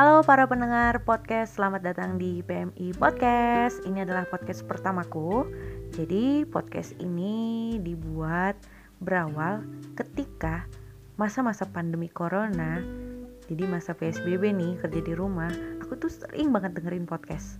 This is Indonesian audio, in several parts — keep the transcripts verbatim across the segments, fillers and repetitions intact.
Halo para pendengar podcast, selamat datang di P M I Podcast. Ini adalah podcast pertamaku. Jadi podcast ini dibuat berawal ketika masa-masa pandemi corona. Jadi masa P S B B nih, kerja di rumah. Aku tuh sering banget dengerin podcast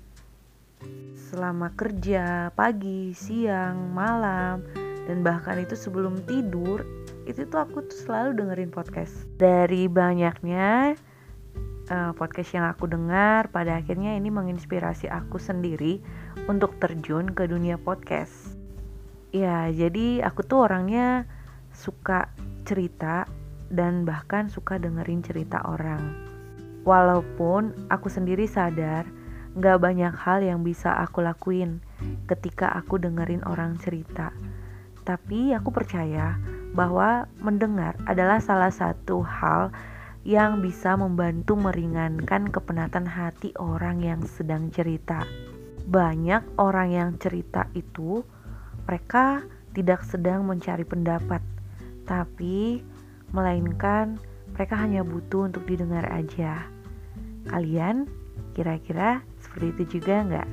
selama kerja, pagi, siang, malam, dan bahkan itu sebelum tidur. Itu tuh aku tuh selalu dengerin podcast. Dari banyaknya Uh, podcast yang aku dengar, pada akhirnya ini menginspirasi aku sendiri untuk terjun ke dunia podcast. Ya, jadi aku tuh orangnya suka cerita dan bahkan suka dengerin cerita orang. Walaupun aku sendiri sadar gak banyak hal yang bisa aku lakuin ketika aku dengerin orang cerita. Tapi aku percaya bahwa mendengar adalah salah satu hal yang bisa membantu meringankan kepenatan hati orang yang sedang cerita. Banyak orang yang cerita itu, mereka tidak sedang mencari pendapat, tapi melainkan mereka hanya butuh untuk didengar aja. Kalian kira-kira seperti itu juga nggak?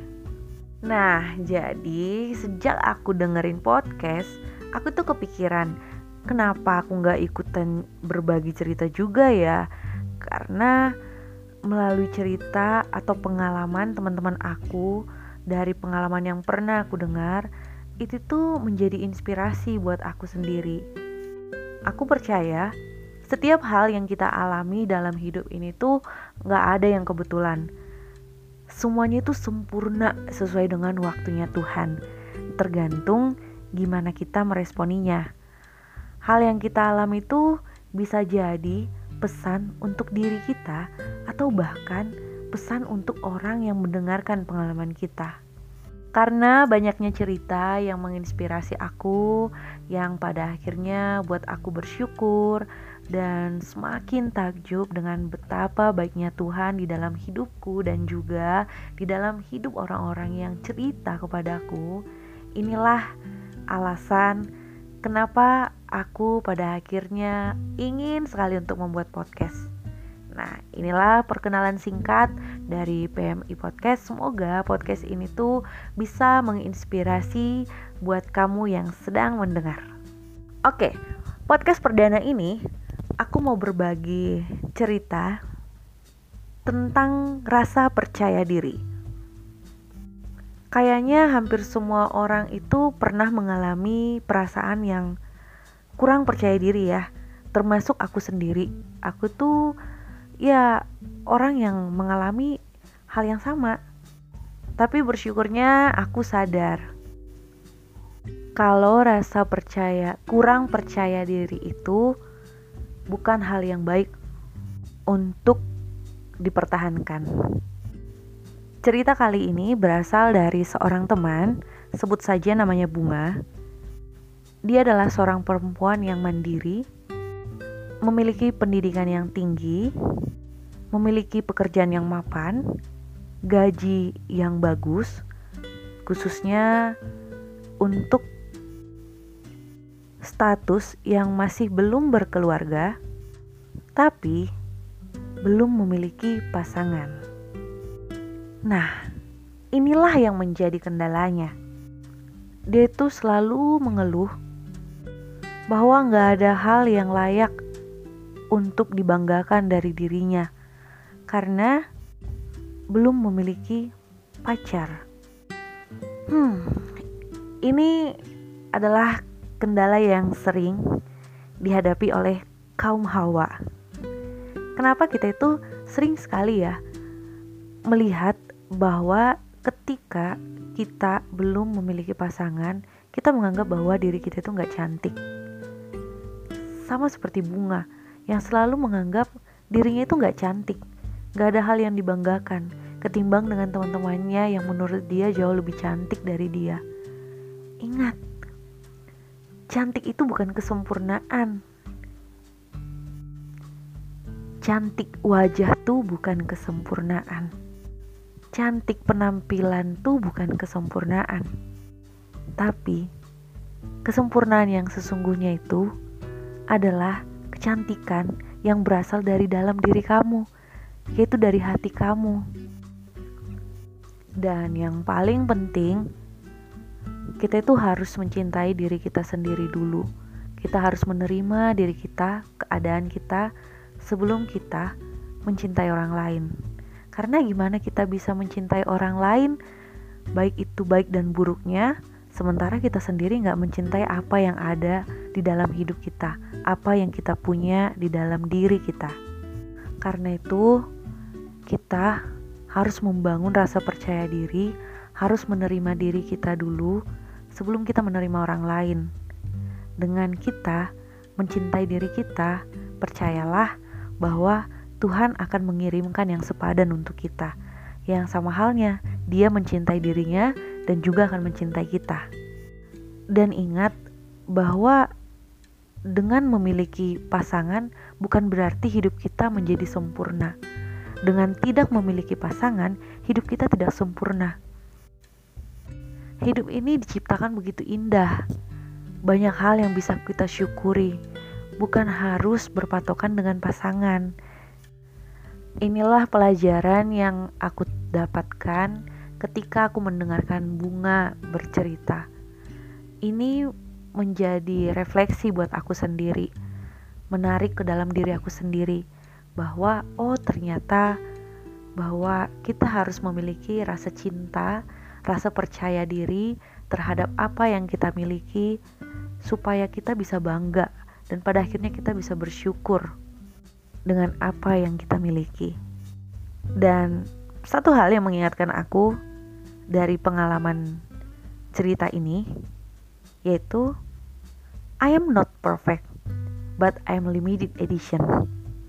Nah, jadi sejak aku dengerin podcast, aku tuh kepikiran, kenapa aku gak ikutan berbagi cerita juga ya? Karena melalui cerita atau pengalaman teman-teman aku, dari pengalaman yang pernah aku dengar, itu tuh menjadi inspirasi buat aku sendiri. Aku percaya setiap hal yang kita alami dalam hidup ini tuh gak ada yang kebetulan. Semuanya itu sempurna sesuai dengan waktunya Tuhan. Tergantung gimana kita meresponinya. Hal yang kita alami itu bisa jadi pesan untuk diri kita atau bahkan pesan untuk orang yang mendengarkan pengalaman kita. Karena banyaknya cerita yang menginspirasi aku, yang pada akhirnya buat aku bersyukur dan semakin takjub dengan betapa baiknya Tuhan di dalam hidupku dan juga di dalam hidup orang-orang yang cerita kepadaku. Inilah alasan kenapa aku pada akhirnya ingin sekali untuk membuat podcast. Nah, inilah perkenalan singkat dari P M I Podcast. Semoga podcast ini tuh bisa menginspirasi buat kamu yang sedang mendengar. Oke, podcast perdana ini aku mau berbagi cerita tentang rasa percaya diri. Kayaknya hampir semua orang itu pernah mengalami perasaan yang kurang percaya diri ya, termasuk aku sendiri. Aku tuh ya orang yang mengalami hal yang sama. Tapi bersyukurnya aku sadar kalau rasa percaya, kurang percaya diri itu bukan hal yang baik untuk dipertahankan. Cerita kali ini berasal dari seorang teman, sebut saja namanya Bunga. Dia adalah seorang perempuan yang mandiri, memiliki pendidikan yang tinggi, memiliki pekerjaan yang mapan, gaji yang bagus, khususnya untuk status yang masih belum berkeluarga, tapi belum memiliki pasangan. Nah, inilah yang menjadi kendalanya. Dia tuh selalu mengeluh bahwa gak ada hal yang layak untuk dibanggakan dari dirinya karena belum memiliki pacar. Hmm, ini adalah kendala yang sering dihadapi oleh kaum hawa. Kenapa kita itu sering sekali ya melihat bahwa ketika kita belum memiliki pasangan, kita menganggap bahwa diri kita itu gak cantik. Sama seperti Bunga yang selalu menganggap dirinya itu gak cantik, gak ada hal yang dibanggakan ketimbang dengan teman-temannya yang menurut dia jauh lebih cantik dari dia. Ingat, cantik itu bukan kesempurnaan. Cantik wajah tuh bukan kesempurnaan. Cantik penampilan tuh bukan kesempurnaan. Tapi kesempurnaan yang sesungguhnya itu adalah kecantikan yang berasal dari dalam diri kamu, yaitu dari hati kamu. Dan yang paling penting, kita itu harus mencintai diri kita sendiri dulu. Kita harus menerima diri kita, keadaan kita, sebelum kita mencintai orang lain. Karena gimana kita bisa mencintai orang lain, baik itu baik dan buruknya, sementara kita sendiri gak mencintai apa yang ada di dalam hidup kita, apa yang kita punya di dalam diri kita. Karena itu, kita harus membangun rasa percaya diri, harus menerima diri kita dulu sebelum kita menerima orang lain. Dengan kita mencintai diri kita, percayalah bahwa Tuhan akan mengirimkan yang sepadan untuk kita. Yang sama halnya, Dia mencintai dirinya dan juga akan mencintai kita. Dan ingat bahwa dengan memiliki pasangan bukan berarti hidup kita menjadi sempurna. Dengan tidak memiliki pasangan, hidup kita tidak sempurna. Hidup ini diciptakan begitu indah. Banyak hal yang bisa kita syukuri, bukan harus berpatokan dengan pasangan. Inilah pelajaran yang aku dapatkan ketika aku mendengarkan Bunga bercerita. Ini menjadi refleksi buat aku sendiri, menarik ke dalam diri aku sendiri, bahwa oh ternyata bahwa kita harus memiliki rasa cinta, rasa percaya diri terhadap apa yang kita miliki, supaya kita bisa bangga dan pada akhirnya kita bisa bersyukur dengan apa yang kita miliki. Dan satu hal yang mengingatkan aku dari pengalaman cerita ini, yaitu I am not perfect, but I am limited edition.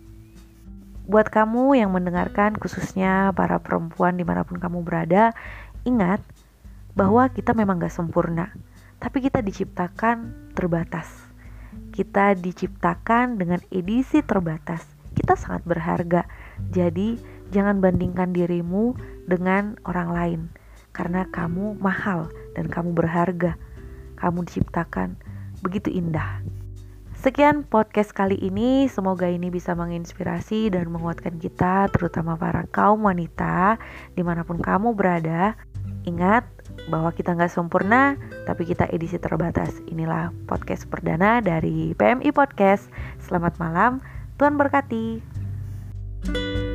Buat kamu yang mendengarkan, khususnya para perempuan dimanapun kamu berada, ingat bahwa kita memang gak sempurna, tapi kita diciptakan terbatas. Kita diciptakan dengan edisi terbatas. Kita sangat berharga. Jadi jangan bandingkan dirimu dengan orang lain, karena kamu mahal dan kamu berharga. Kamu diciptakan begitu indah. Sekian podcast kali ini, semoga ini bisa menginspirasi dan menguatkan kita, terutama para kaum wanita dimanapun kamu berada. Ingat bahwa kita gak sempurna, tapi kita edisi terbatas. Inilah podcast perdana dari P M I Podcast. Selamat malam, Tuhan berkati.